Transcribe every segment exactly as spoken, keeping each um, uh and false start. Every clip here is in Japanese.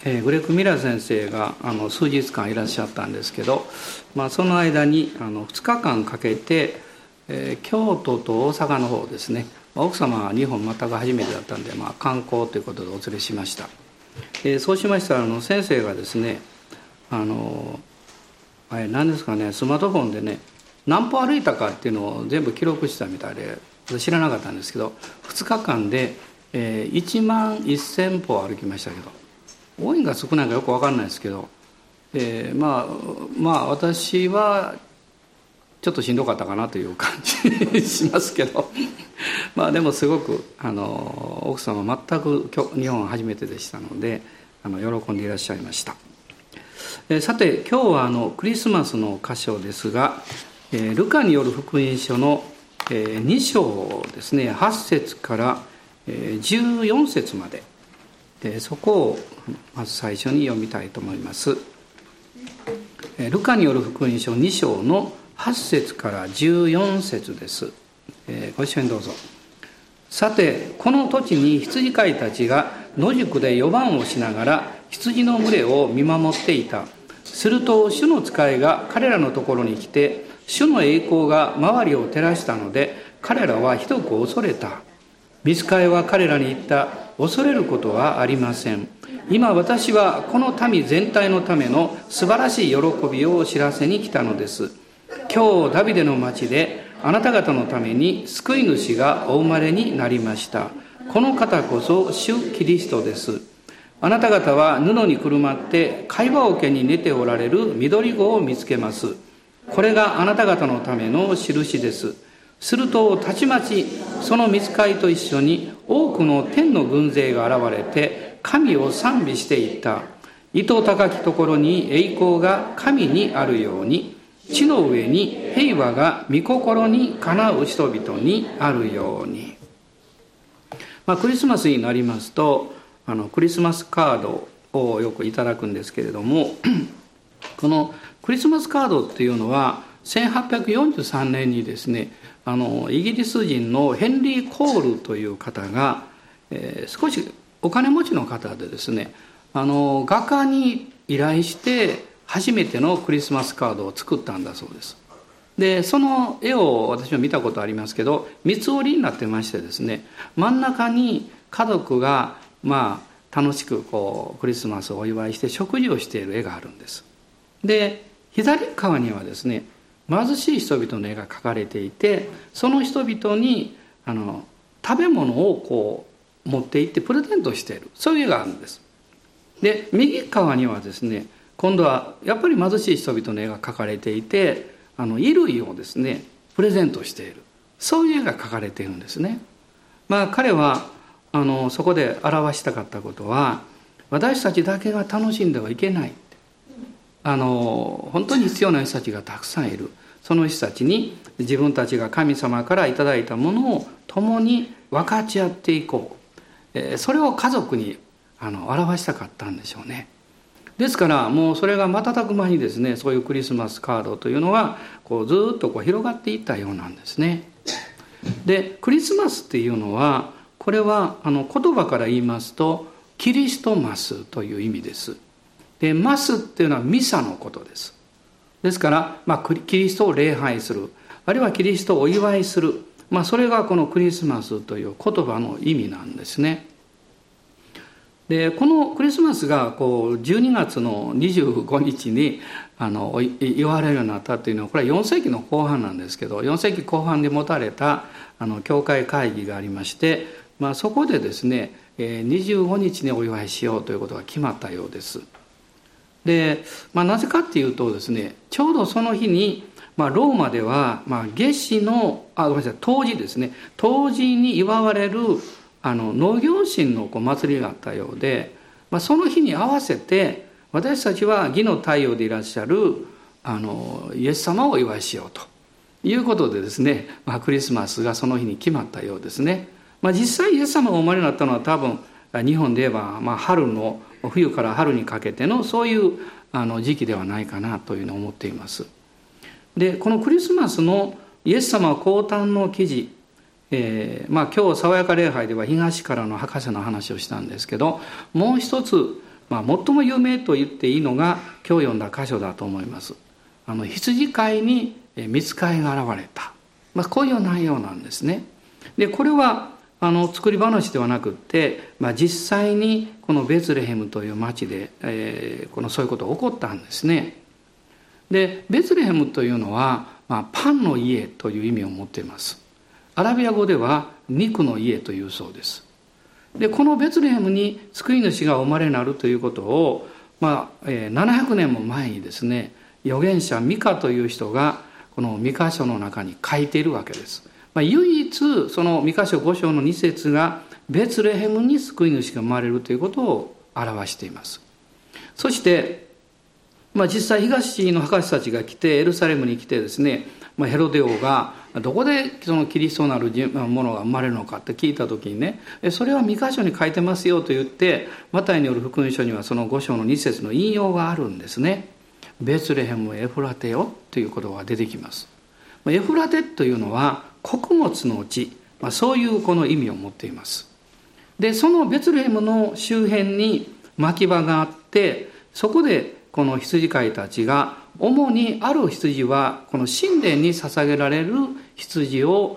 えー、グレッグ・ミラー先生があの数日間いらっしゃったんですけど、まあ、その間にあのふつかかんかけて、えー、京都と大阪の方ですね、奥様は日本全く初めてだったんで、まあ、観光ということでお連れしました。えー、そうしましたらあの先生がですね、あのあれ何ですかね、スマートフォンでね何歩歩いたかっていうのを全部記録したみたいで知らなかったんですけど、ふつかかんで、えー、いちまんせん歩歩きましたけど、多いんか少ないかよく分かんないですけど、えー、まあまあ私はちょっとしんどかったかなという感じしますけどまあでもすごくあの奥様全く日本初めてでしたので、あの喜んでいらっしゃいました。えー、さて今日はあのクリスマスの箇所ですが、えー、ルカによる福音書の、えー、に章ですね、はち節から、えー、じゅうよん節まで、でそこをまず最初に読みたいと思います。えー、ルカによる福音書に章のはち節からじゅうよん節です。えー、ご一緒にどうぞ。さてこの土地に羊飼いたちが野宿で夜番をしながら羊の群れを見守っていた。すると主の使いが彼らのところに来て、主の栄光が周りを照らしたので彼らはひどく恐れた。御使いは彼らに言った。恐れることはありません。今私はこの民全体のための素晴らしい喜びを知らせに来たのです。今日ダビデの町であなた方のために救い主がお生まれになりました。この方こそ主キリストです。あなた方は布にくるまって貝羽桶に寝ておられる緑子を見つけます。これがあなた方のための印です。するとたちまちその御使いと一緒に多くの天の軍勢が現れて神を賛美していった。糸高きところに栄光が神にあるように、地の上に平和が御心にかなう人々にあるように。まあ、クリスマスになりますとあのクリスマスカードをよくいただくんですけれどもこのクリスマスカードっていうのはせんはっぴゃくよんじゅうさんねんにですね、あのイギリス人のヘンリー・コールという方が、えー、少しお金持ちの方でですね、あの画家に依頼して初めてのクリスマスカードを作ったんだそうです。でその絵を私は見たことありますけど、三つ折りになってましてですね、真ん中に家族がまあ楽しくこうクリスマスをお祝いして食事をしている絵があるんです。で左側にはですね、貧しい人々の絵が描かれていて、その人々にあの食べ物をこう持って行ってプレゼントしている、そういう絵があるんです。で右側にはですね、今度はやっぱり貧しい人々の絵が描かれていて、あの衣類をですねプレゼントしている、そういう絵が描かれているんですね。まあ彼はあのそこで表したかったことは、私たちだけが楽しんではいけない、あの本当に必要な人たちがたくさんいる。その人たちに自分たちが神様からいただいたものを共に分かち合っていこう、えー、それを家族にあの表したかったんでしょうね。ですからもうそれが瞬く間にですね、そういうクリスマスカードというのはこうずっとこう広がっていったようなんですね。でクリスマスっていうのは、これはあの言葉から言いますとキリストマスという意味です。でマスっていうのはミサのことです。ですから、まあ、キリストを礼拝する、あるいはキリストをお祝いする、まあ、それがこのクリスマスという言葉の意味なんですね。でこのクリスマスがこうじゅうにがつのにじゅうごにちにあの言われるようになったというのは、これはよんせいきの後半なんですけど、よんせいきこう半で持たれたあの教会会議がありまして、まあ、そこでですねにじゅうごにちにお祝いしようということが決まったようです。で、まあ、なぜかっていうとですね、ちょうどその日に、まあ、ローマでは、まあ、夏至のあごめんなさい冬至ですね、冬至に祝われるあの農業神のこう祭りがあったようで、まあ、その日に合わせて私たちは義の太陽でいらっしゃるあのイエス様をお祝いしようということでですね、まあ、クリスマスがその日に決まったようですね。まあ、実際イエス様がお生まれになったのは多分日本で言えば、まあ、春の冬から春にかけてのそういうあの時期ではないかなというのを思っています。でこのクリスマスのイエス様降誕の記事、えーまあ、今日爽やか礼拝では東からの博士の話をしたんですけど、もう一つまあ、最も有名と言っていいのが今日読んだ箇所だと思います。あの羊飼いに御使いが現れた、まあ、こういう内容なんですね。でこれはあの作り話ではなくって、まあ、実際にこのベツレヘムという町で、えー、このそういうことが起こったんですね。でベツレヘムというのは、まあ、パンの家という意味を持っています。アラビア語では肉の家というそうです。でこのベツレヘムに救い主が生まれなるということを、まあえー、ななひゃくねんも前にですね、預言者ミカという人がこのミカ書の中に書いているわけです。まあ、唯一そのミカ書ご章のに節がベツレヘムに救い主が生まれるということを表しています。そして、まあ、実際東の博士たちが来てエルサレムに来てですね、まあ、ヘロデ王がどこでそのキリストなるものが生まれるのかって聞いた時にね、それはミカ書に書いてますよと言って、マタイによる福音書にはそのご章のに節の引用があるんですね。ベツレヘムエフラテよという言葉が出てきます。エフラテというのは穀物の地、まあ、そういうこの意味を持っています。でそのベツレヘムの周辺に牧場があって、そこでこの羊飼いたちが主にある羊はこの神殿に捧げられる羊を、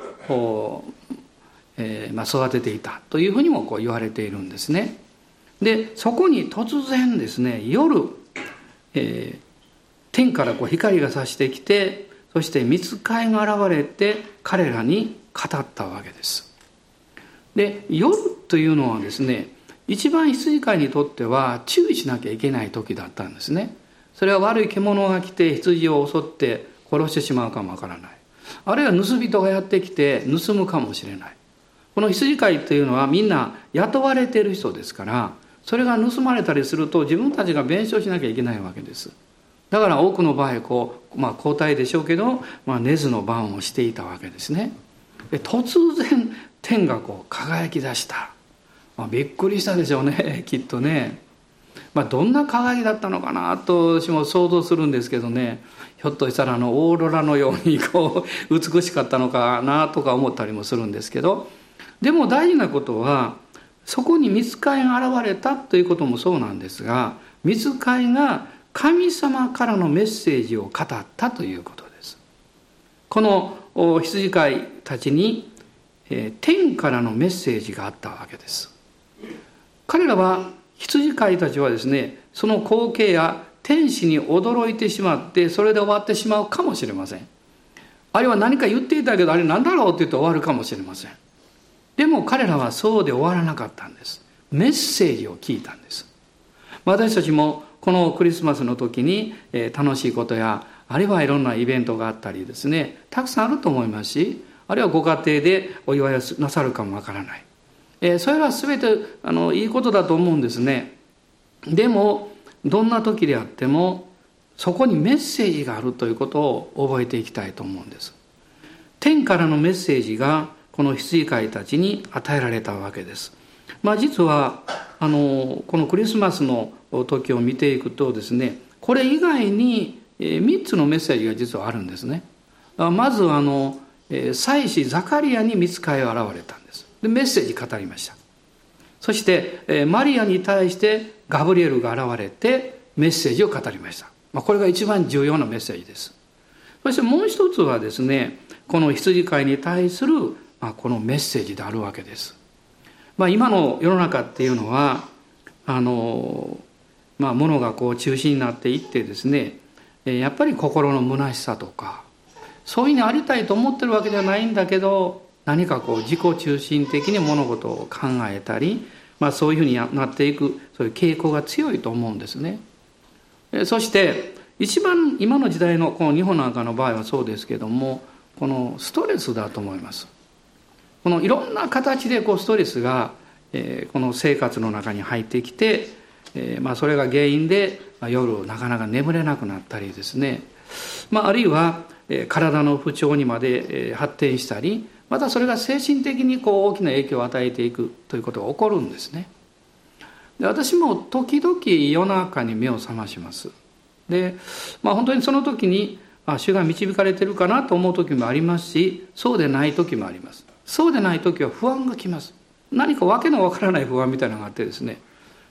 えーまあ、育てていたというふうにもこう言われているんですね。でそこに突然ですね、夜、えー、天からこう光が差してきて、そして御使いが現れて彼らに語ったわけです。で夜というのはですね、一番羊飼いにとっては注意しなきゃいけない時だったんですね。それは悪い獣が来て羊を襲って殺してしまうかもわからない、あるいは盗人がやってきて盗むかもしれない。この羊飼いというのはみんな雇われている人ですから、それが盗まれたりすると自分たちが弁償しなきゃいけないわけです。だから多くの場合こう、まあ、交代でしょうけど、まあ、寝ずの番をしていたわけですね。で突然天がこう輝き出した、まあ、びっくりしたでしょうねきっとね。まあ、どんな輝きだったのかなと私も想像するんですけどね、ひょっとしたらあのオーロラのようにこう美しかったのかなとか思ったりもするんですけど、でも大事なことはそこに御使いが現れたということもそうなんですが、御使いが神様からのメッセージを語ったということです。この羊飼いたちに、えー、天からのメッセージがあったわけです。彼らは羊飼いたちはですね、その光景や天使に驚いてしまってそれで終わってしまうかもしれません。あるいは何か言っていたけどあれ何だろうって言って終わるかもしれません。でも彼らはそうで終わらなかったんです。メッセージを聞いたんです。私たちもこのクリスマスの時に楽しいことや、あるいはいろんなイベントがあったりですね、たくさんあると思いますし、あるいはご家庭でお祝いをなさるかもわからない。えー、それは全てあのいいことだと思うんですね。でもどんな時であってもそこにメッセージがあるということを覚えていきたいと思うんです。天からのメッセージがこの羊飼いたちに与えられたわけです。まあ、実はあのこのクリスマスの時を見ていくとですね、これ以外にみっつのメッセージが実はあるんですね。まずあの祭司ザカリアに御使いが現れたんです。でメッセージ語りました。そしてマリアに対してガブリエルが現れてメッセージを語りました。まあ、これが一番重要なメッセージです。そしてもう一つはですね、この羊飼いに対する、まあ、このメッセージであるわけです。まあ、今の世の中っていうのはあの、まあ、物がこう中心になっていってですね、やっぱり心の虚しさとかそういうふうにありたいと思ってるわけじゃないんだけど、何かこう自己中心的に物事を考えたり、まあ、そういうふうになっていく、そういう傾向が強いと思うんですね。そして一番今の時代のこの日本なんかの場合はそうですけども、このストレスだと思います。このいろんな形でこうストレスが、えー、この生活の中に入ってきて、えーまあ、それが原因で、まあ、夜なかなか眠れなくなったりですね、まあ、あるいは、えー、体の不調にまで、えー、発展したり、またそれが精神的にこう大きな影響を与えていくということが起こるんですね。で私も時々夜中に目を覚まします。で、まあ、本当にその時にあ主が導かれてるかなと思う時もありますし、そうでない時もあります。そうでない時は不安がきます。何かわけのわからない不安みたいなのがあってですね、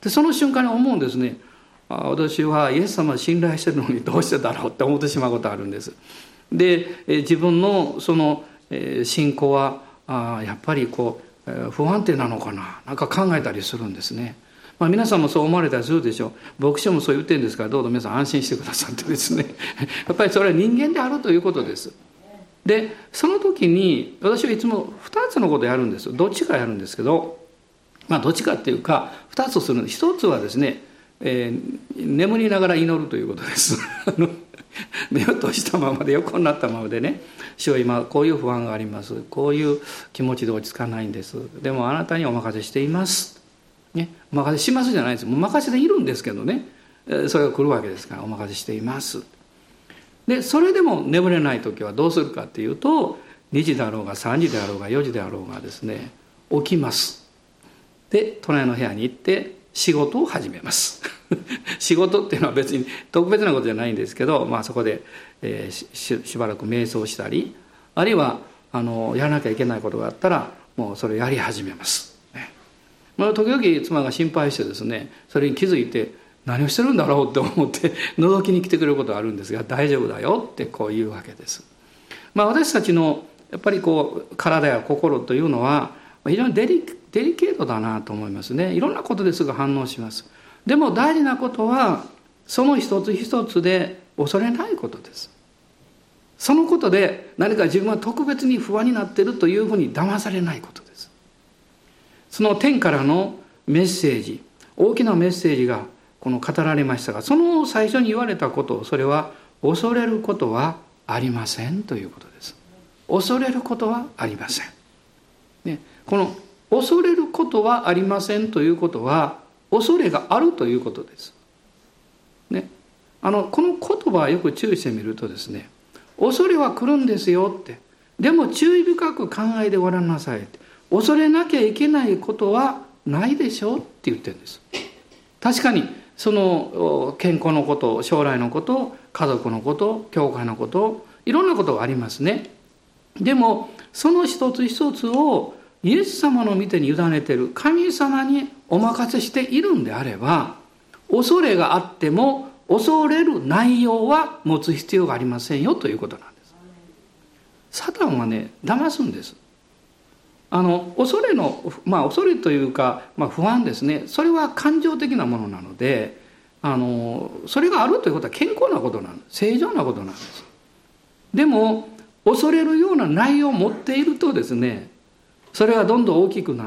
でその瞬間に思うんですね。私はイエス様を信頼してるのにどうしてだろうって思ってしまうことがあるんです。で自分のその信仰はやっぱりこう不安定なのかな、なんか考えたりするんですね。まあ、皆さんもそう思われたりするでしょう。牧師もそう言ってるんですから、どうぞ皆さん安心してくださってですねやっぱりそれは人間であるということです。でその時に私はいつもふたつのことをやるんです。どっちかやるんですけど、まあどっちかっていうかふたつするんです。ひとつはですね、えー、眠りながら祈るということです目を閉じたままで横になったままでね、主は今こういう不安があります、こういう気持ちで落ち着かないんです、でもあなたにお任せしています、ね、お任せしますじゃないです。もう任せているんですけどね、それが来るわけですから、お任せしています。でそれでも眠れない時はどうするかっていうと、にじだろうがさんじであろうがよじであろうがですね、起きます。で隣の部屋に行って仕事を始めます仕事っていうのは別に特別なことじゃないんですけど、まあ、そこで、えー、し, しばらく瞑想したり、あるいはあのやらなきゃいけないことがあったらもうそれをやり始めます、ね。まあ、時々妻が心配してですね、それに気づいて何をしてるんだろうって思って覗きに来てくれることがあるんですが、大丈夫だよってこう言うわけです。まあ、私たちのやっぱりこう体や心というのは非常にデリ、デリケートだなと思いますね。いろんなことですぐ反応します。でも大事なことはその一つ一つで恐れないことです。そのことで何か自分は特別に不安になっているというふうに騙されないことです。その天からのメッセージ、大きなメッセージがこの語られましたが、その最初に言われたこと、それは恐れることはありませんということです。恐れることはありません、ね、この恐れることはありませんということは恐れがあるということです、ね、あのこの言葉はよく注意してみるとですね、恐れは来るんですよって、でも注意深く考えてごらんなさいって、恐れなきゃいけないことはないでしょって言ってるんです。確かにその健康のこと、将来のこと、家族のこと、教会のこと、いろんなことがありますね。でもその一つ一つをイエス様の御手に委ねている神様にお任せしているんであれば、恐れがあっても恐れる内容は持つ必要がありませんよということなんです。サタンはね、騙すんです。あの恐れの、まあ恐れというか、まあ、不安ですね、それは感情的なものなので、あのそれがあるということは健康なことなんです。正常なことなんです。でも恐れるような内容を持っているとですね、それがどんどん大きくなって、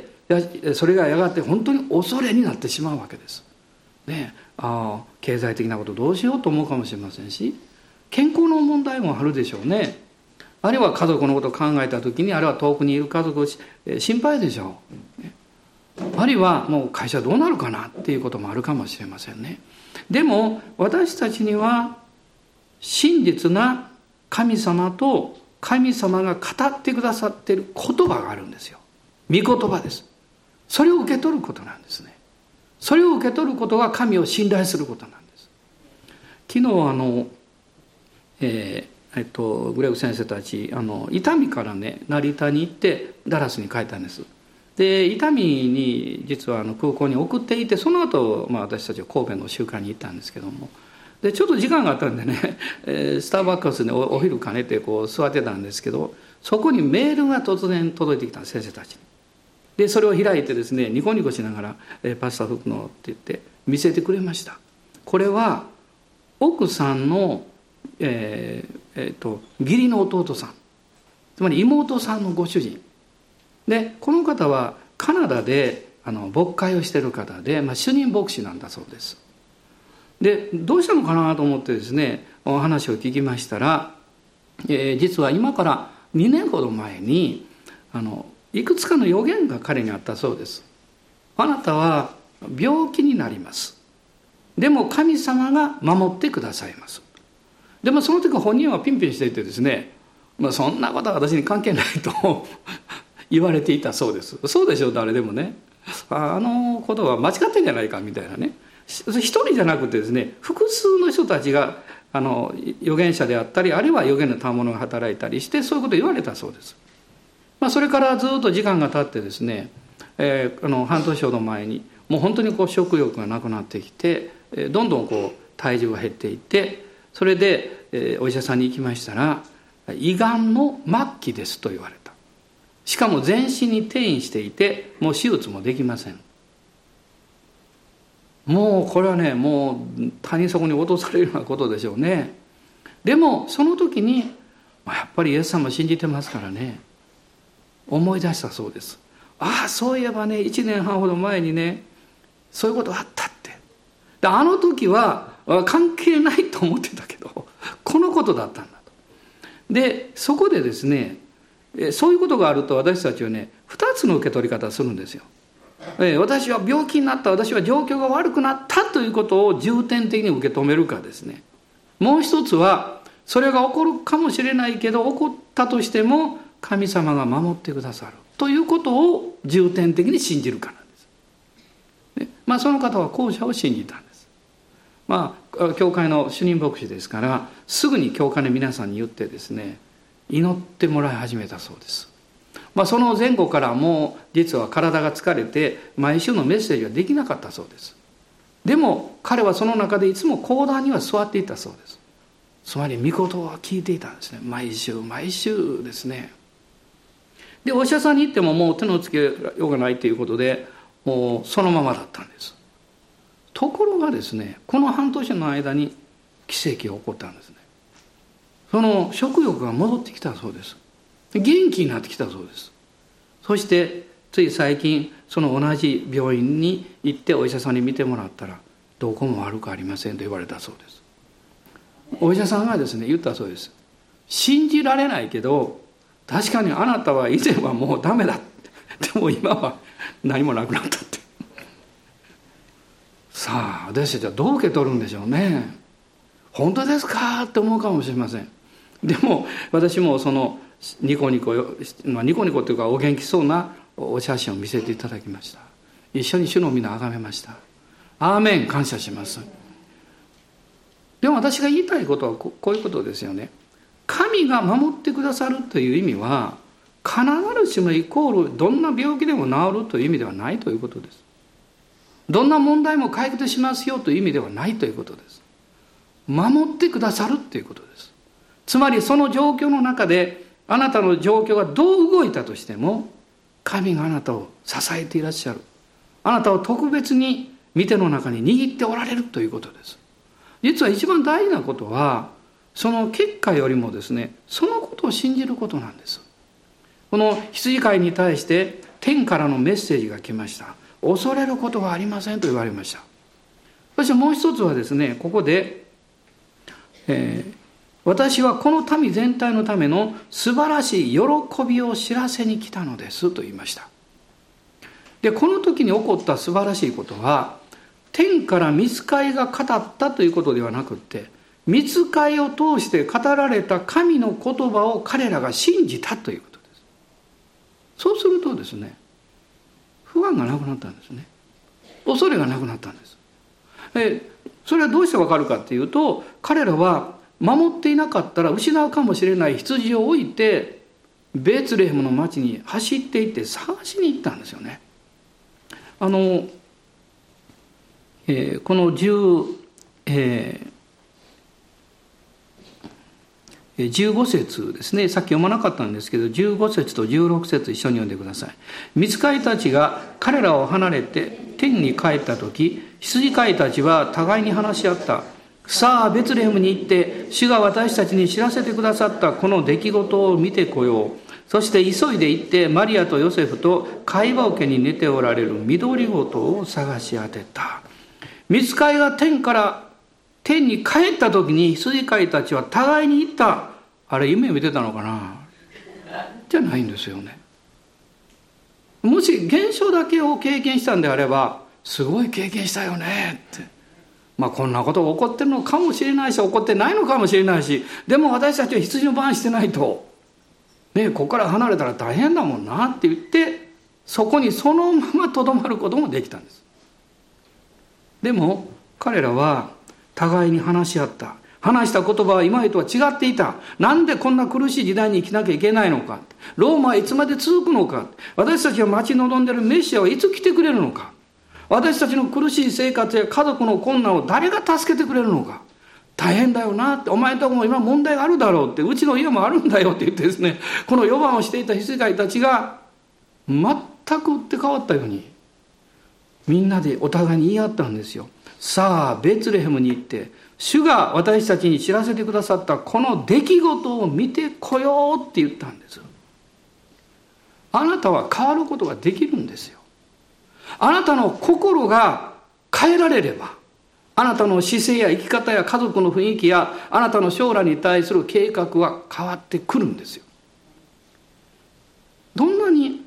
それがやがて本当に恐れになってしまうわけです、ね。ああ、経済的なことどうしようと思うかもしれませんし、健康の問題もあるでしょうね。あるいは家族のことを考えた時に、あるいは遠くにいる家族を心配でしょう。あるいはもう会社どうなるかなっていうこともあるかもしれませんね。でも私たちには真実な神様と神様が語ってくださっている言葉があるんですよ。御言葉です。それを受け取ることなんですね。それを受け取ることが神を信頼することなんです。昨日あの、えーえっと、グレグ先生たちあの伊丹からね成田に行ってダラスに帰ったんです。で伊丹に実はあの空港に送っていて、その後、まあ私たちは神戸の集会に行ったんですけども、でちょっと時間があったんでね、えー、スターバックスで お, お昼兼ねてこう座ってたんですけど、そこにメールが突然届いてきた先生たちに。でそれを開いてですね、ニコニコしながら「えー、パスタ吹くの」って言って見せてくれました。これは奥さんの、えーえー、と義理の弟さん、つまり妹さんのご主人で、この方はカナダであの牧会をしている方で、まあ、主任牧師なんだそうです。でどうしたのかなと思ってですね、お話を聞きましたら、えー、実は今からにねんほど前にあのいくつかの予言が彼にあったそうです。あなたは病気になります。でも神様が守ってくださいます。でもその時本人はピンピンしていてですね、まあ、そんなことは私に関係ないと言われていたそうです。そうでしょう、誰でもね。あのことは間違ってんじゃないかみたいなね。一人じゃなくてですね、複数の人たちがあの預言者であったり、あるいは預言の賜物が働いたりして、そういうことを言われたそうです。まあ、それからずっと時間が経ってですね、えー、あの半年ほど前にもう本当にこう食欲がなくなってきて、どんどんこう体重が減っていって、それで、えー、お医者さんに行きましたら、胃がんの末期ですと言われた。しかも全身に転移していて、もう手術もできません。もうこれはね、もう谷底に落とされるようなことでしょうね。でもその時にやっぱりイエス様を信じてますからね、思い出したそうです。ああ、そういえばね、いちねんはんほど前にね、そういうことがあったって。であの時は関係ないと思ってたけど、このことだったんだと。でそこでですね、そういうことがあると私たちはね、ふたつの受け取り方をするんですよ。私は病気になった、私は状況が悪くなったということを重点的に受け止めるかですね。もう一つは、それが起こるかもしれないけど、起こったとしても神様が守ってくださるということを重点的に信じるかなんです。ね、まあその方は後者を信じたんです。まあ教会の主任牧師ですから、すぐに教会の皆さんに言ってですね、祈ってもらい始めたそうです。まあ、その前後からもう実は体が疲れて毎週のメッセージはできなかったそうです。でも彼はその中でいつも講談には座っていたそうです。つまり御言葉は聞いていたんですね。毎週毎週ですね。でお医者さんに行ってももう手のつけようがないということで、もうそのままだったんです。ところがですね、この半年の間に奇跡が起こったんですね。その食欲が戻ってきたそうです。元気になってきたそうです。そしてつい最近その同じ病院に行ってお医者さんに見てもらったら、どこも悪くありませんと言われたそうです。お医者さんがですね言ったそうです。信じられないけど、確かにあなたは以前はもうダメだ、でも今は何もなくなったって。さあ私たちはどう受け取るんでしょうね。本当ですかって思うかもしれません。でも私もそのニコニコ、まあ、ニコニコというかお元気そうなお写真を見せていただきました。一緒に主の皆を崇めました。アーメン、感謝します。でも私が言いたいことはこういうことですよね。神が守ってくださるという意味は、必ずしもイコールどんな病気でも治るという意味ではないということです。どんな問題も解決しますよという意味ではないということです。守ってくださるということです。つまりその状況の中で、あなたの状況がどう動いたとしても、神があなたを支えていらっしゃる。あなたを特別に御手の中に握っておられるということです。実は一番大事なことは、その結果よりもですね、そのことを信じることなんです。この羊飼いに対して天からのメッセージが来ました。恐れることはありませんと言われました。そしてもう一つはですね、ここで、えー私はこの民全体のための素晴らしい喜びを知らせに来たのですと言いました。で、この時に起こった素晴らしいことは、天から御使いが語ったということではなくって、御使いを通して語られた神の言葉を彼らが信じたということです。そうするとですね、不安がなくなったんですね。恐れがなくなったんです。えそれはどうしてわかるかっていうと、彼らは守っていなかったら失うかもしれない羊を置いてベツレヘムの町に走っていって探しに行ったんですよね。あの、えー、この10、えー、じゅうご節ですね。さっき読まなかったんですけど、じゅうご節とじゅうろく節一緒に読んでください。御使いたちが彼らを離れて天に帰った時、羊飼いたちは互いに話し合った。さあベツレヘムに行って主が私たちに知らせてくださったこの出来事を見てこよう。そして急いで行ってマリアとヨセフと会話桶に寝ておられる緑ごとを探し当てた。御使いが天から天に帰った時に羊飼いたちは互いに言った。あれ夢見てたのかなじゃないんですよね。もし現象だけを経験したんであれば、すごい経験したよねって、まあこんなことが起こってるのかもしれないし、起こってないのかもしれないし、でも私たちは羊の番してないと、ね、ここから離れたら大変だもんなって言って、そこにそのままとどまることもできたんです。でも彼らは互いに話し合った。話した言葉は今までとは違っていた。なんでこんな苦しい時代に生きなきゃいけないのか。ローマはいつまで続くのか。私たちが待ち望んでいるメシアはいつ来てくれるのか。 私たちの苦しい生活や家族の困難を誰が助けてくれるのか。大変だよなって、お前のとこも今問題があるだろうって、うちの家もあるんだよって言ってですね、この予番をしていた羊飼いたちが全く打って変わったように、みんなでお互いに言い合ったんですよ。さあベツレヘムに行って主が私たちに知らせてくださったこの出来事を見てこようって言ったんです。あなたは変わることができるんですよ。あなたの心が変えられれば、あなたの姿勢や生き方や家族の雰囲気やあなたの将来に対する計画は変わってくるんですよ。どんなに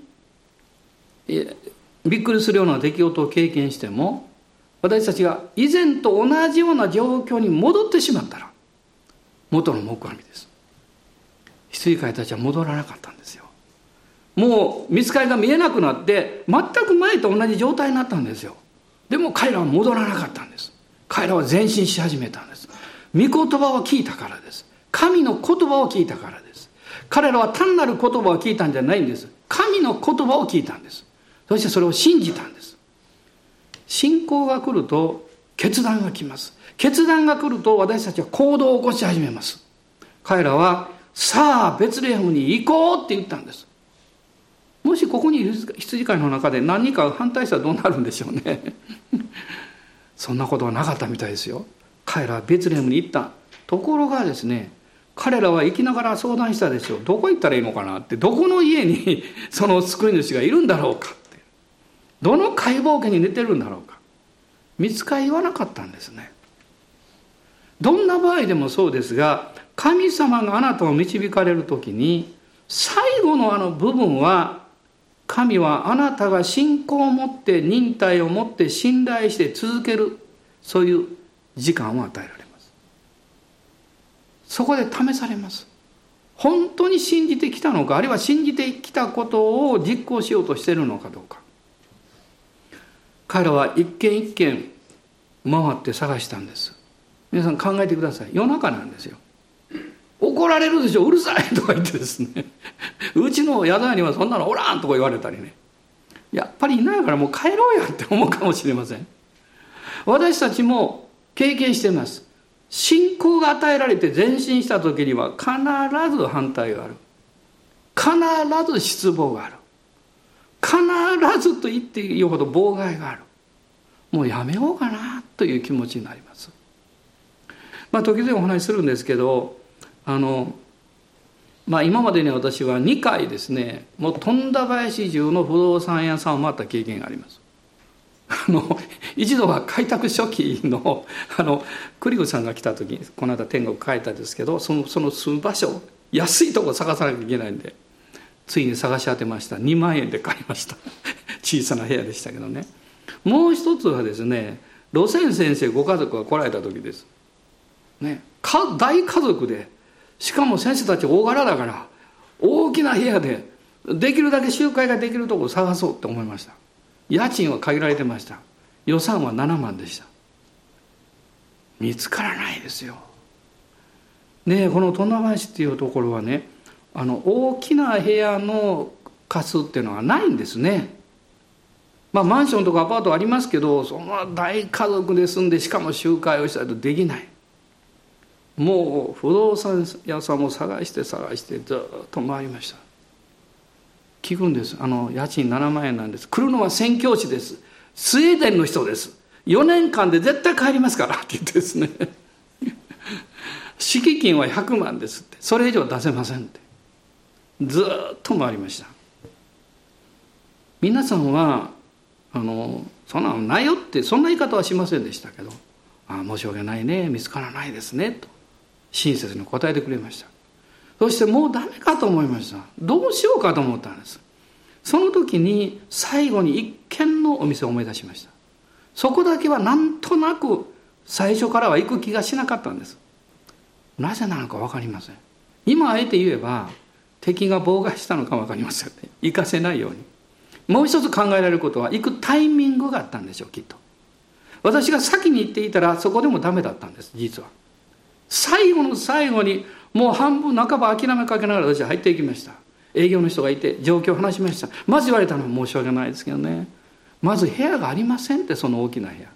びっくりするような出来事を経験しても、私たちが以前と同じような状況に戻ってしまったら元の木阿弥です。羊飼いたちは戻らなかったんですよ。もう見つかりが見えなくなって全く前と同じ状態になったんですよ。でも彼らは戻らなかったんです。彼らは前進し始めたんです。御言葉を聞いたからです。神の言葉を聞いたからです。彼らは単なる言葉を聞いたんじゃないんです。神の言葉を聞いたんです。そしてそれを信じたんです。信仰が来ると決断が来ます。決断が来ると私たちは行動を起こし始めます。彼らはさあベツレヘムに行こうって言ったんです。もしここにいる羊飼いの中で何人か反対したらどうなるんでしょうね。そんなことはなかったみたいですよ。彼らはベツレヘムに行った。ところがですね、彼らは生きながら相談したでしょう。どこ行ったらいいのかなって、どこの家にその救い主がいるんだろうかって、どの解剖家に寝てるんだろうか。見つかり言わなかったんですね。どんな場合でもそうですが、神様があなたを導かれるときに最後のあの部分は、神はあなたが信仰を持って忍耐を持って信頼して続ける、そういう時間を与えられます。そこで試されます。本当に信じてきたのか、あるいは信じてきたことを実行しようとしているのかどうか。彼らは一軒一軒回って探したんです。皆さん考えてください。夜中なんですよ。怒られるでしょ、うるさいとか言ってですね、うちの宿屋にはそんなのおらんとか言われたりね、やっぱりいないからもう帰ろうやって思うかもしれません。私たちも経験しています。信仰が与えられて前進した時には必ず反対がある、必ず失望がある、必ずと言っていいほど妨害がある。もうやめようかなという気持ちになります。まあ時々お話しするんですけど、あのまあ今までに私はにかいですね、もう富田林中の不動産屋さんを回った経験があります。あの一度は開拓初期のあの栗口さんが来た時に、この間天国書いたんですけど、そのその住む場所、安いとこ探さなきゃいけないんで、ついに探し当てました。にまんえんで買いました。小さな部屋でしたけどね。もう一つはですね、路線先生ご家族が来られた時です、ね、か大家族で、しかも先生たち大柄だから大きな部屋でできるだけ集会ができるところを探そうって思いました。家賃は限られてました。予算はななまんでした。見つからないですよ。でこの富田林っていうところはね、あの大きな部屋の貸すっていうのはないんですね。まあマンションとかアパートありますけど、そんな大家族で住んでしかも集会をしたいとできない。もう不動産屋さんを探して探してずっと回りました。聞くんです。あの家賃ななまんえんなんです。来るのは宣教師です。スウェーデンの人です。よねんかんで絶対帰りますからって言ってですね敷金はひゃくまんですって、それ以上出せませんって、ずっと回りました。皆さんはあのそんなのないよってそんな言い方はしませんでしたけど、ああ申し訳ないね、見つからないですねと親切に答えてくれました。そしてもうダメかと思いました。どうしようかと思ったんです。その時に最後に一軒のお店を思い出しました。そこだけはなんとなく最初からは行く気がしなかったんです。なぜなのか分かりません。今あえて言えば敵が妨害したのか分かりませんね。行かせないように。もう一つ考えられることは、行くタイミングがあったんでしょう、きっと。私が先に行っていたらそこでもダメだったんです、実は。最後の最後にもう半分半ば諦めかけながら私は入っていきました。営業の人がいて状況を話しました。まず言われたのは、申し訳ないですけどね、 まず部屋がありませんって、その大きな部屋が。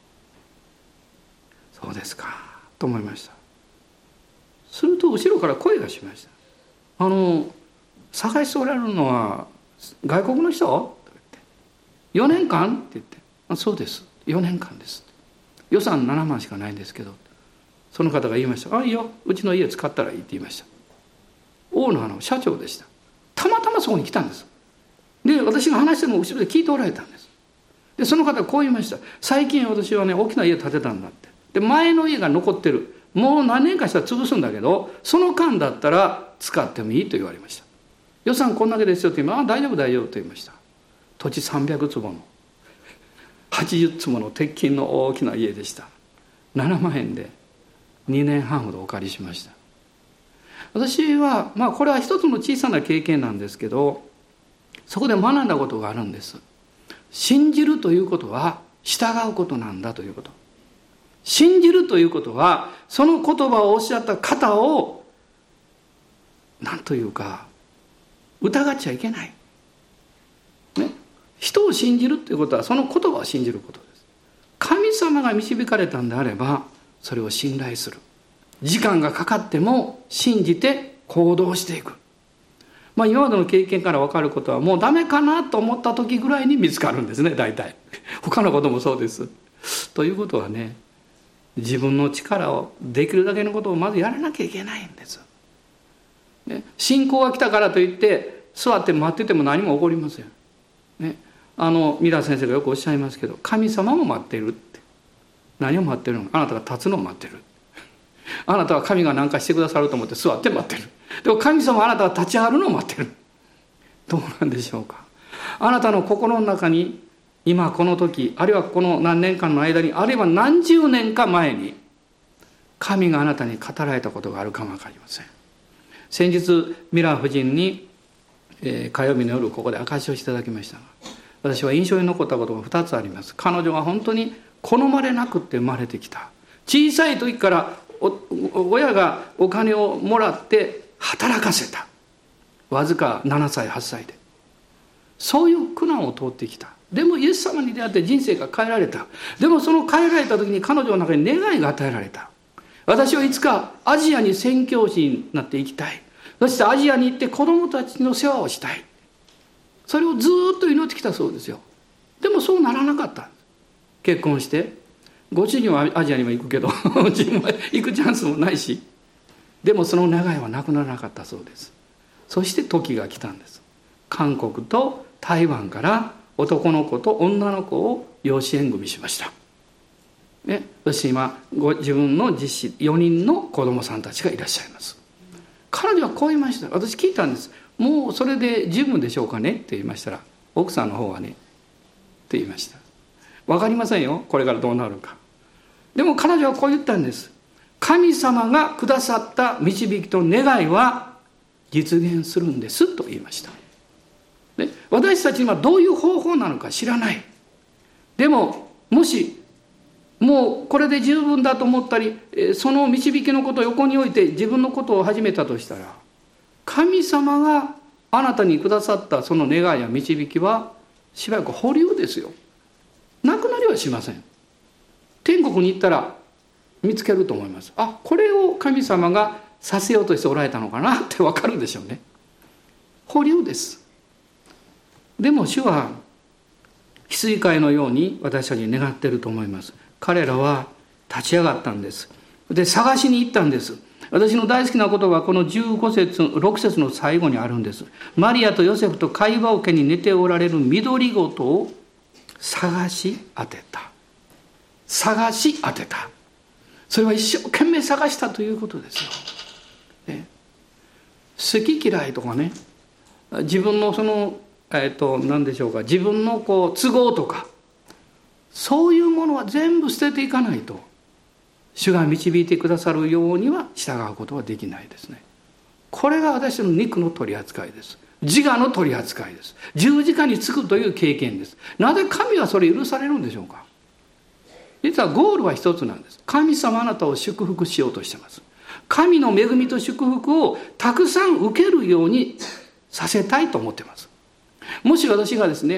そうですかと思いました。すると後ろから声がしました。あの探しておられるのは外国の人と言って、よねんかんって言って、あ、そうです、よねんかんです、予算ななまんしかないんですけど、その方が言いました。あ、いいよ、うちの家使ったらいいって言いました。オーナーの社長でした。たまたまそこに来たんです。で、私が話してるのを後ろで聞いておられたんです。で、その方がこう言いました。最近私はね、大きな家建てたんだって。で、前の家が残ってる。もう何年かしたら潰すんだけど、その間だったら使ってもいいと言われました。予算こんだけですよって言いました。あ、大丈夫大丈夫と言いました。土地さんびゃくつぼのはちじゅっつもの鉄筋の大きな家でした。ななまんえんでにねんはんほどお借りしました。私はまあこれは一つの小さな経験なんですけど、そこで学んだことがあるんです。信じるということは従うことなんだということ。信じるということは、その言葉をおっしゃった方を何というか疑っちゃいけない、ね、人を信じるということはその言葉を信じることです。神様が導かれたんであればそれを信頼する。時間がかかっても信じて行動していく。まあ今までの経験から分かることは、もうダメかなと思った時ぐらいに見つかるんですね、大体。他のこともそうです。ということはね、自分の力をできるだけのことをまずやらなきゃいけないんです。ね、信仰が来たからといって座って待ってても何も起こりません。ね、あのミラー先生がよくおっしゃいますけど、神様も待ってるって。何を待ってるの？あなたが立つのを待ってる。あなたは神が何かしてくださると思って座って待ってる。でも神様はあなたが立ち上がるのを待ってる。どうなんでしょうか。あなたの心の中に今この時、あるいはこの何年間の間に、あるいは何十年か前に神があなたに語られたことがあるかもわかりません。先日ミラー夫人に、えー、火曜日の夜ここで証しをしていただきましたが、私は印象に残ったことがふたつあります。彼女は本当に好まれなくって生まれてきた。小さい時からお親がお金をもらって働かせた。わずかななさいはっさいでそういう苦難を通ってきた。でもイエス様に出会って人生が変えられた。でもその変えられた時に彼女の中に願いが与えられた。私はいつかアジアに宣教師になっていきたい。そしてアジアに行って子供たちの世話をしたい。それをずっと祈ってきたそうですよ。でもそうならなかった。結婚してご主人はアジアにも行くけど自分は行くチャンスもないし、でもその願いはなくならなかったそうです。そして時が来たんです。韓国と台湾から男の子と女の子を養子縁組しました、ね、そして今ご自分の実子よにんの子供さんたちがいらっしゃいます。彼女はこう言いました。私聞いたんです。もうそれで十分でしょうかねって言いましたら、奥さんの方はねって言いました。分かりませんよ、これからどうなるか。でも彼女はこう言ったんです。神様がくださった導きと願いは実現するんですと言いました。で、私たちにはどういう方法なのか知らない。でももしもうこれで十分だと思ったり、その導きのことを横に置いて自分のことを始めたとしたら、神様があなたにくださったその願いや導きはしばらく保留ですよ。なくなりはしません。天国に行ったら見つけると思います。あ、これを神様がさせようとしておられたのかなってわかるでしょうね。保留です。でも主は羊飼いのように私たちに願っていると思います。彼らは立ち上がったんです。で、探しに行ったんです。私の大好きな言葉はこのじゅうごせつろくせつの最後にあるんです。マリアとヨセフと会話桶に寝ておられる緑ごとを探し当てた。探し当てた。それは一生懸命探したということですよ、ね、好き嫌いとかね、自分のそのえっと何でしょうか、自分のこう都合とか、そういうものは全部捨てていかないと主が導いてくださるようには従うことはできないですね。これが私の肉の取り扱いです。自我の取り扱いです。十字架につくという経験です。なぜ神はそれ許されるんでしょうか。実はゴールは一つなんです。神様あなたを祝福しようとしています。神の恵みと祝福をたくさん受けるようにさせたいと思っています。もし私がですね、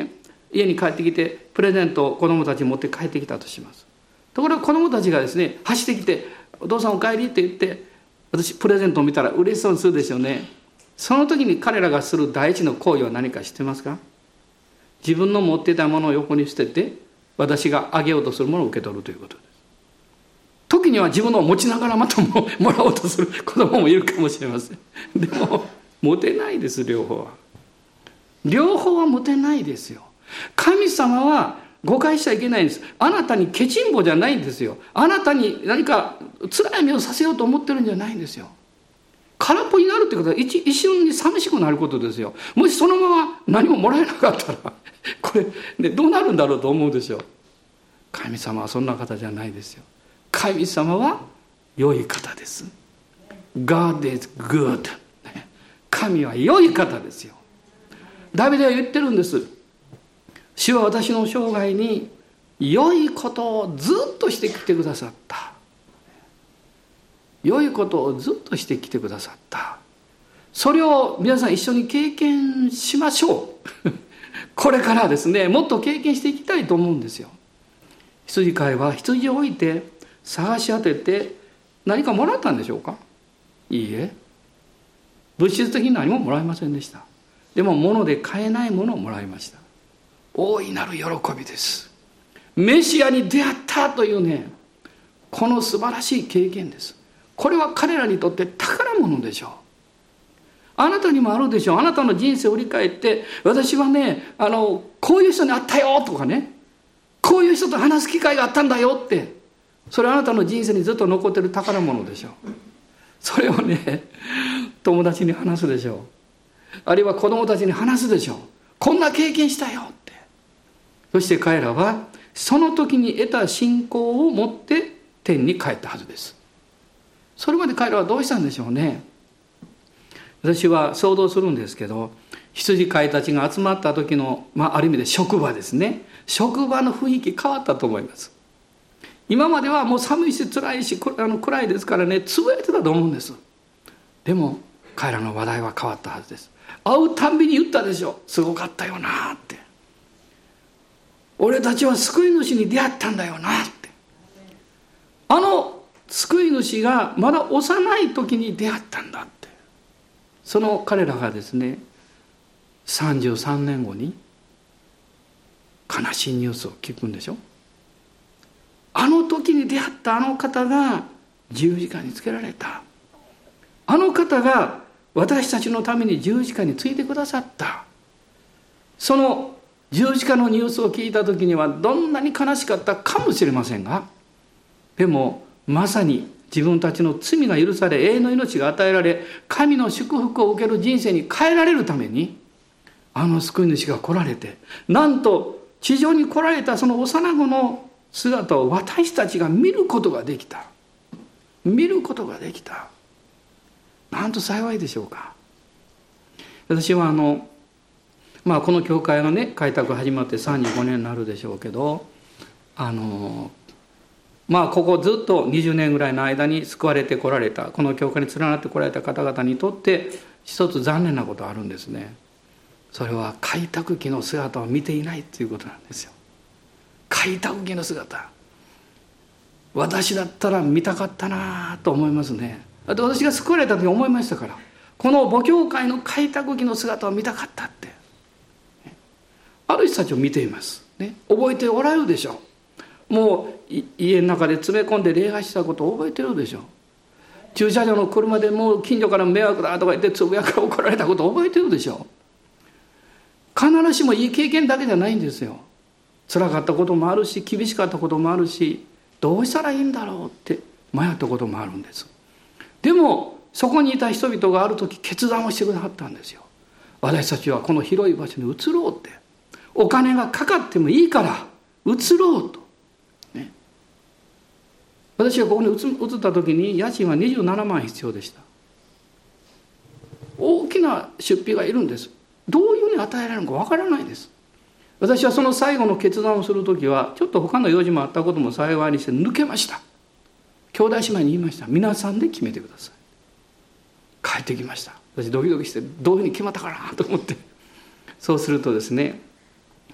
家に帰ってきてプレゼントを子供たちに持って帰ってきたとします。ところが子供たちがですね走ってきて「お父さんお帰り」って言って私プレゼントを見たら嬉しそうにするでしょうね。その時に彼らがする第一の行為は何か知ってますか？自分の持っていたものを横に捨てて私があげようとするものを受け取るということです。時には自分のを持ちながらまたももらおうとする子供もいるかもしれません。でも持てないです。両方は両方は持てないですよ。神様は誤解しちゃいけないんです。あなたにケチンボじゃないんですよ。あなたに何か辛い目をさせようと思ってるんじゃないんですよ。空っぽになるってことは 一, 一瞬に寂しくなることですよ。もしそのまま何ももらえなかったらこれ、ね、どうなるんだろうと思うでしょう。神様はそんな方じゃないですよ。神様は良い方です。 God is good。 神は良い方ですよ。ダビデは言ってるんです。主は私の生涯に良いことをずっとしてきてくださった。良いことをずっとしてきてくださった。それを皆さん一緒に経験しましょうこれからですねもっと経験していきたいと思うんですよ。羊飼いは羊を置いて探し当てて何かもらったんでしょうか？いいえ、物質的に何ももらいませんでした。でも物で買えないものをもらいました。大いなる喜びです。メシアに出会ったというねこの素晴らしい経験です。これは彼らにとって宝物でしょう。あなたにもあるでしょう。あなたの人生を振り返って私はねあのこういう人に会ったよとかねこういう人と話す機会があったんだよって、それはあなたの人生にずっと残ってる宝物でしょう。それをね友達に話すでしょう。あるいは子供たちに話すでしょう。こんな経験したよって。そして彼らはその時に得た信仰を持って天に帰ったはずです。それまで彼らはどうしたんでしょうね。私は想像するんですけど羊飼いたちが集まった時の、まあ、ある意味で職場ですね。職場の雰囲気変わったと思います。今まではもう寒いし辛いしあの暗いですからねつぶやいてたと思うんです。でも彼らの話題は変わったはずです。会うたんびに言ったでしょ。すごかったよなって。俺たちは救い主に出会ったんだよなって。あの救い主がまだ幼い時に出会ったんだって。その彼らがですねさんじゅうさんねんごに悲しいニュースを聞くんでしょ。あの時に出会ったあの方が十字架につけられた。あの方が私たちのために十字架についてくださった。その十字架のニュースを聞いた時にはどんなに悲しかったかもしれませんが、でもまさに自分たちの罪が許され永遠の命が与えられ神の祝福を受ける人生に変えられるためにあの救い主が来られて、なんと地上に来られたその幼子の姿を私たちが見ることができた。見ることができた。なんと幸いでしょうか。私はあのまあこの教会のね開拓始まってさんじゅうごねんになるでしょうけど、あのまあここずっとにじゅうねんぐらいの間に救われてこられたこの教会に連なってこられた方々にとって一つ残念なことがあるんですね。それは開拓期の姿を見ていないということなんですよ。開拓期の姿、私だったら見たかったなと思いますね。だって私が救われた時に思いましたから、この母教会の開拓期の姿を見たかったって。ある人たちを見ています、ね、覚えておられるでしょう。もう家の中で詰め込んで礼拝したことを覚えてるでしょう。駐車場の車でもう近所から迷惑だとか言ってつぶやから怒られたことを覚えてるでしょう。必ずしもいい経験だけじゃないんですよ。辛かったこともあるし厳しかったこともあるし、どうしたらいいんだろうって迷ったこともあるんです。でもそこにいた人々がある時決断をしてくださったんですよ。私たちはこの広い場所に移ろうって、お金がかかってもいいから移ろうと、ね、私がここに移った時に家賃はにじゅうななまん必要でした。大きな出費がいるんです。どういうふうに与えられるのかわからないです。私はその最後の決断をするときはちょっと他の用事もあったことも幸いにして抜けました。兄弟姉妹に言いました。皆さんで決めてください。帰ってきました。私ドキドキしてどういうふうに決まったかなと思って、そうするとですね、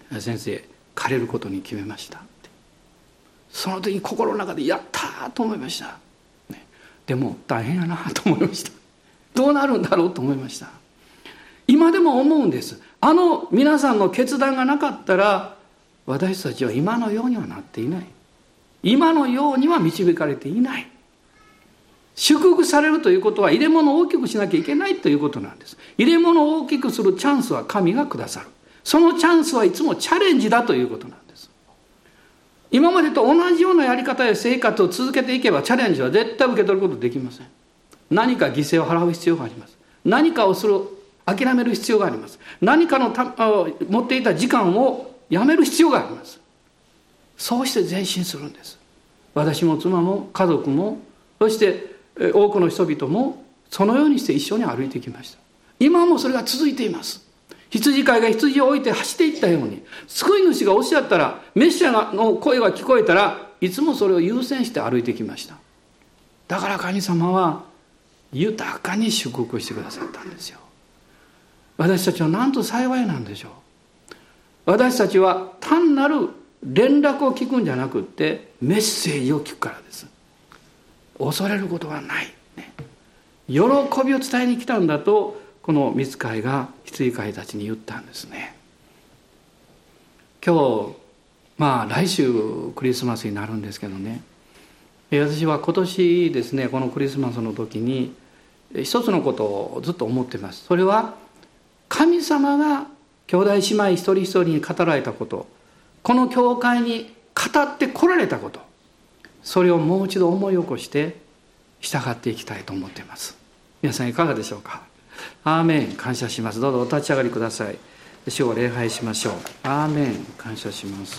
先生借りることに決めましたって。その時に心の中でやったーと思いました、ね、でも大変やなと思いました。どうなるんだろうと思いました。今でも思うんです。あの皆さんの決断がなかったら私たちは今のようにはなっていない。今のようには導かれていない。祝福されるということは入れ物を大きくしなきゃいけないということなんです。入れ物を大きくするチャンスは神がくださる。そのチャンスはいつもチャレンジだということなんです。今までと同じようなやり方や生活を続けていけばチャレンジは絶対受け取ることできません。何か犠牲を払う必要があります。何かをする諦める必要があります。何かのた持っていた時間をやめる必要があります。そうして前進するんです。私も妻も家族もそして多くの人々もそのようにして一緒に歩いてきました。今もそれが続いています。羊飼いが羊を置いて走っていったように、救い主がおっしゃったら、メシアの声が聞こえたらいつもそれを優先して歩いてきました。だから神様は豊かに祝福してくださったんですよ。私たちはなんと幸いなんでしょう。私たちは単なる連絡を聞くんじゃなくってメッセージを聞くからです。恐れることはない、ね、喜びを伝えに来たんだとこの御使いが羊飼いたちに言ったんですね。今日まあ来週クリスマスになるんですけどね、私は今年ですね、このクリスマスの時に一つのことをずっと思っています。それは神様が兄弟姉妹一人一人に語られたこと、この教会に語ってこられたこと、それをもう一度思い起こして従っていきたいと思っています。皆さんいかがでしょうか。アーメン。感謝します。どうぞお立ち上がりください。主を礼拝しましょう。アーメン。感謝します。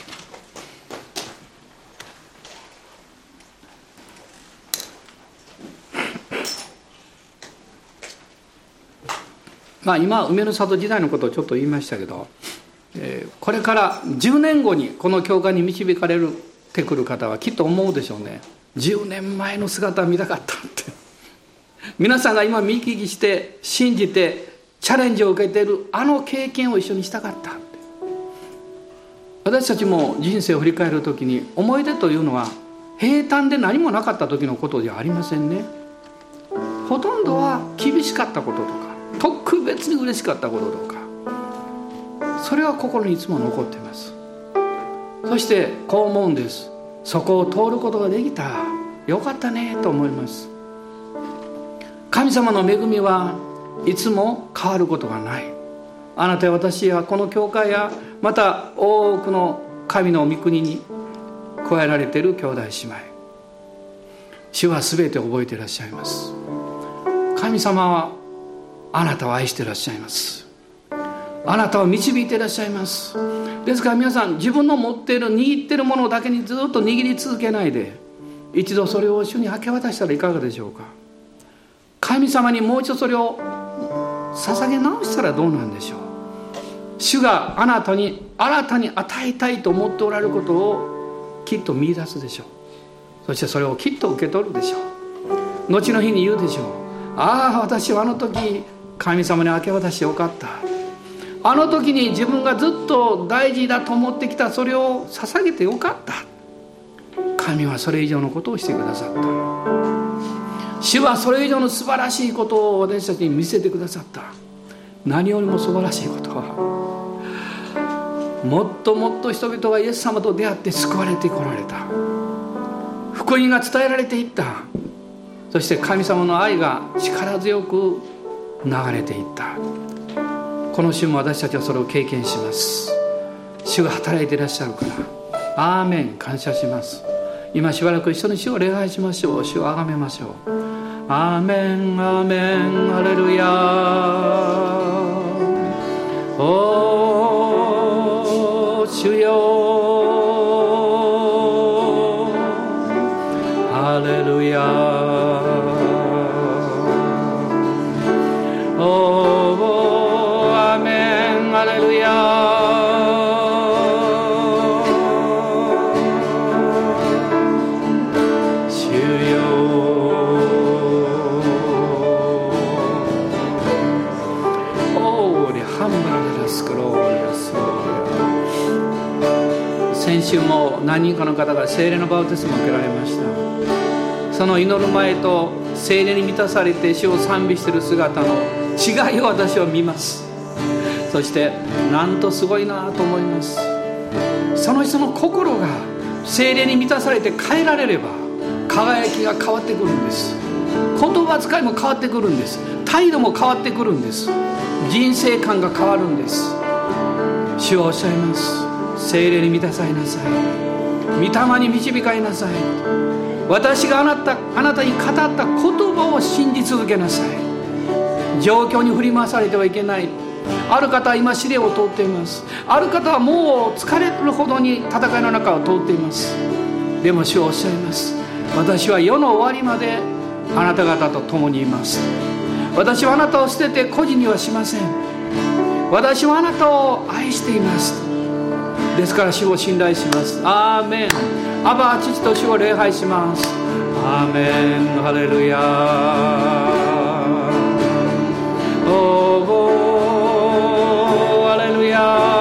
まあ今梅の里時代のことをちょっと言いましたけど、えー、これからじゅうねんごにこの教会に導かれてくる方はきっと思うでしょうね。じゅうねんまえの姿を見たかったって皆さんが今見聞きして信じてチャレンジを受けているあの経験を一緒にしたかったって。私たちも人生を振り返るときに思い出というのは平坦で何もなかった時のことじゃありませんね。ほとんどは厳しかったこととか特別に嬉しかったこととか、それは心にいつも残っています。そしてこう思うんです。そこを通ることができた、よかったねと思います。神様の恵みはいつも変わることがない。あなたや私やこの教会やまた多くの神の御国に加えられている兄弟姉妹、主は全て覚えていらっしゃいます。神様はあなたを愛していらっしゃいます。あなたを導いていらっしゃいます。ですから皆さん、自分の持っている握っているものだけにずっと握り続けないで、一度それを主に明け渡したらいかがでしょうか。神様にもう一度それを捧げ直したらどうなんでしょう。主があなたに新たに与えたいと思っておられることをきっと見出すでしょう。そしてそれをきっと受け取るでしょう。後の日に言うでしょう。ああ、私はあの時神様に明け渡してよかった。あの時に自分がずっと大事だと思ってきたそれを捧げてよかった。神はそれ以上のことをしてくださった。主はそれ以上の素晴らしいことを私たちに見せてくださった。何よりも素晴らしいことは、もっともっと人々がイエス様と出会って救われてこられた。福音が伝えられていった。そして神様の愛が力強く流れていった。この週も私たちはそれを経験します。主が働いていらっしゃるから。アーメン。感謝します。今しばらく一緒に主を礼拝しましょう。主をあがめましょう。アーメンアーメンハレルヤおー主よハレルヤおーアーメンハレルヤ何人かの方が聖霊のバプテスマを受けられました。その祈る前と聖霊に満たされて主を賛美している姿の違いを私は見ます。そしてなんとすごいなと思います。その人の心が聖霊に満たされて変えられれば輝きが変わってくるんです。言葉遣いも変わってくるんです。態度も変わってくるんです。人生観が変わるんです。主はおっしゃいます。聖霊に満たされなさい。御霊に導かれなさい。私があなた、あなたに語った言葉を信じ続けなさい。状況に振り回されてはいけない。ある方は今試練を通っています。ある方はもう疲れるほどに戦いの中を通っています。でも主はおっしゃいます。私は世の終わりまであなた方と共にいます。私はあなたを捨てて孤児にはしません。私はあなたを愛しています。ですから主を信頼します。アーメン。アバ父と主を礼拝します。アーメン。ハレルヤ。おー、ハレルヤ。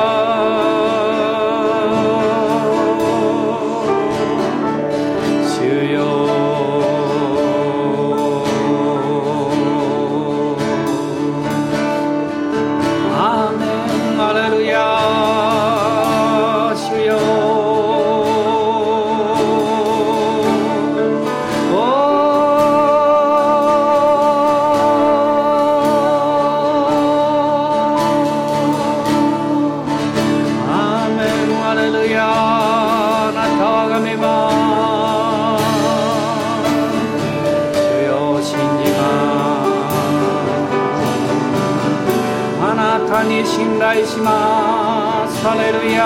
信頼します。ハレルヤ。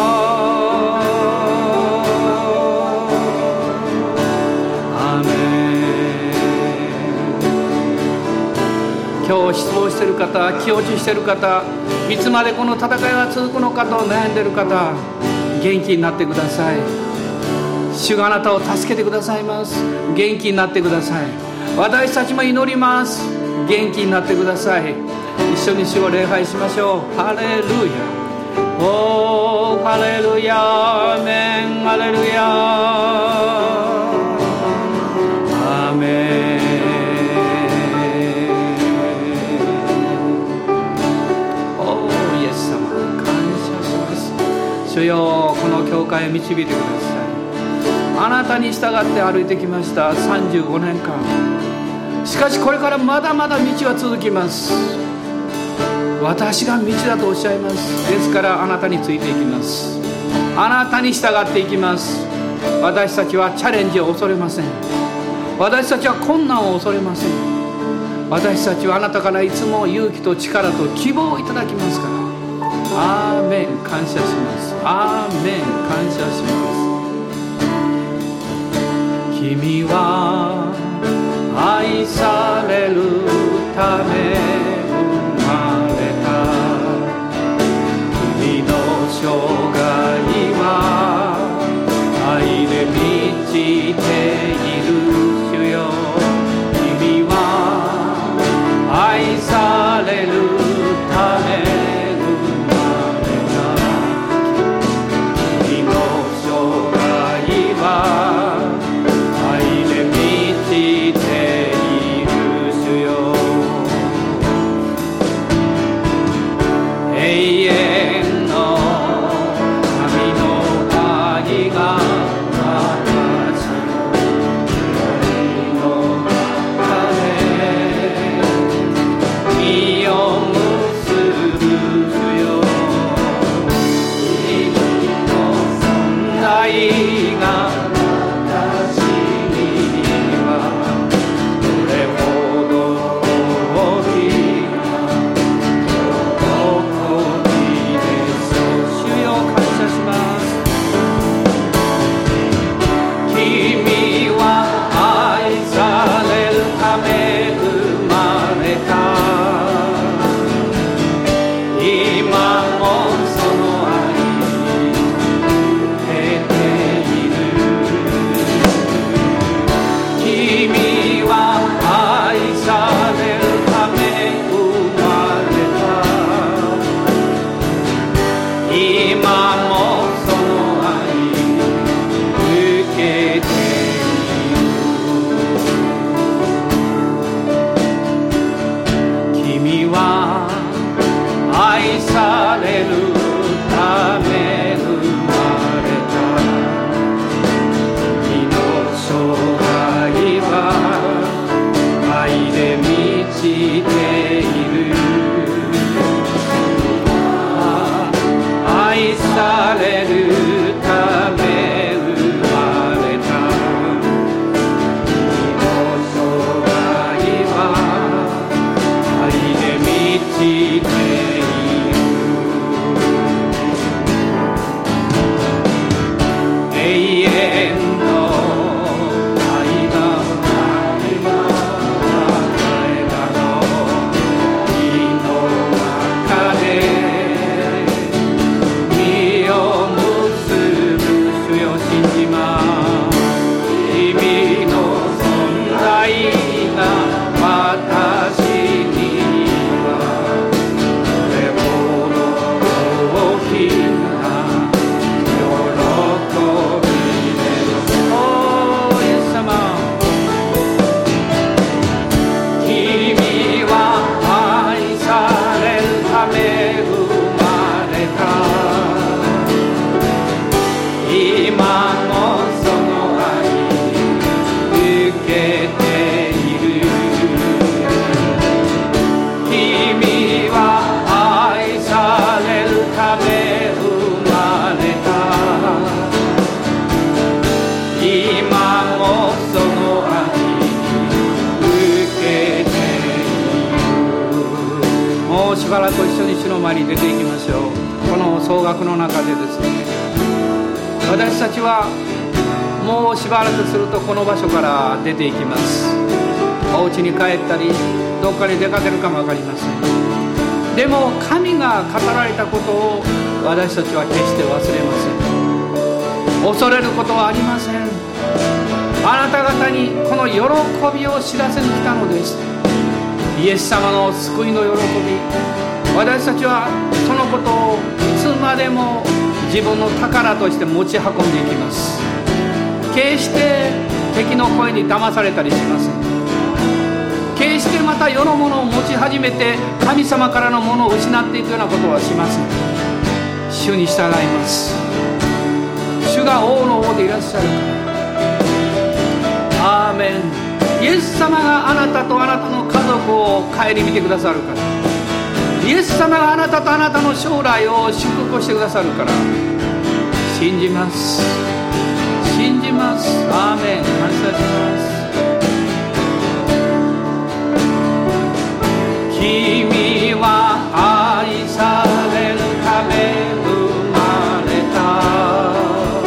アーメン。今日失望している方、気落ちしている方、いつまでこの戦いが続くのかと悩んでいる方、元気になってください。主があなたを助けてくださいます。元気になってください。私たちも祈ります。元気になってください。一緒に主を礼拝しましょう。ハレルヤ。おー、ハレルヤ。アーメン。ハレルヤ。アーメン。おー、イエス様、感謝します。主よ、この教会を導いてください。あなたに従って歩いてきましたさんじゅうごねんかん。しかしこれからまだまだ道は続きます。私が道だとおっしゃいます。ですからあなたについていきます。あなたに従っていきます。私たちはチャレンジを恐れません。私たちは困難を恐れません。私たちはあなたからいつも勇気と力と希望をいただきますから。アーメン。感謝します。アーメン。感謝します。君は愛されるため生涯は愛で満ちている主よ。君は愛されるため生まれた。君の生涯は愛で満愛が私にはこれほど大きな喜びです。おーイエス様、君は愛されるため生まれた。今もその愛受けている。君は愛されるため生まれた。今もその愛受けている。もうしばらく一緒に主の前に出ていきましょう。この総額の中でですね、私たちはもうしばらくするとこの場所から出ていきます。お家に帰ったりどっかに出かけるかも分かりません。でも神が語られたことを私たちは決して忘れません。恐れることはありません。あなた方にこの喜びを知らせに来たのです。イエス様の救いの喜び、私たちはそのことをいつまでも自分の宝として持ち運んでいきます。決して敵の声に騙されたりしません。決してまた世のものを持ち始めて神様からのものを失っていくようなことはしません。主に従います。主が王の王でいらっしゃるから。アーメン。イエス様があなたとあなたの家族を顧みてくださるから。イエス様があなたとあなたの将来を祝福してくださるから。信じます。信じます。アーメン。感謝します。君は愛されるため生まれた。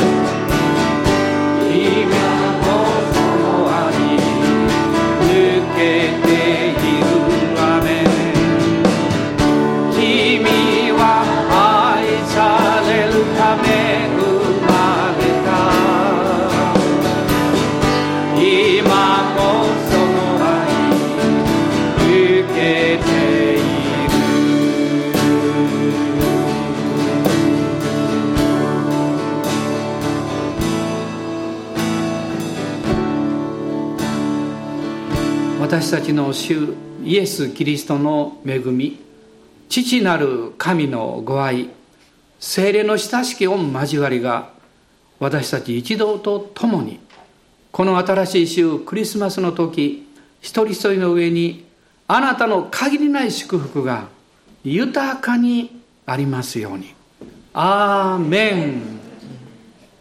今もその愛受けている。アメン。君は愛されるため生まれた。今もその愛受けている。私たちの主イエス・キリストの恵み、父なる神のご愛、聖霊の親しき御交わりが私たち一同と共にこの新しい週クリスマスの時、一人一人の上にあなたの限りない祝福が豊かにありますように。アーメン。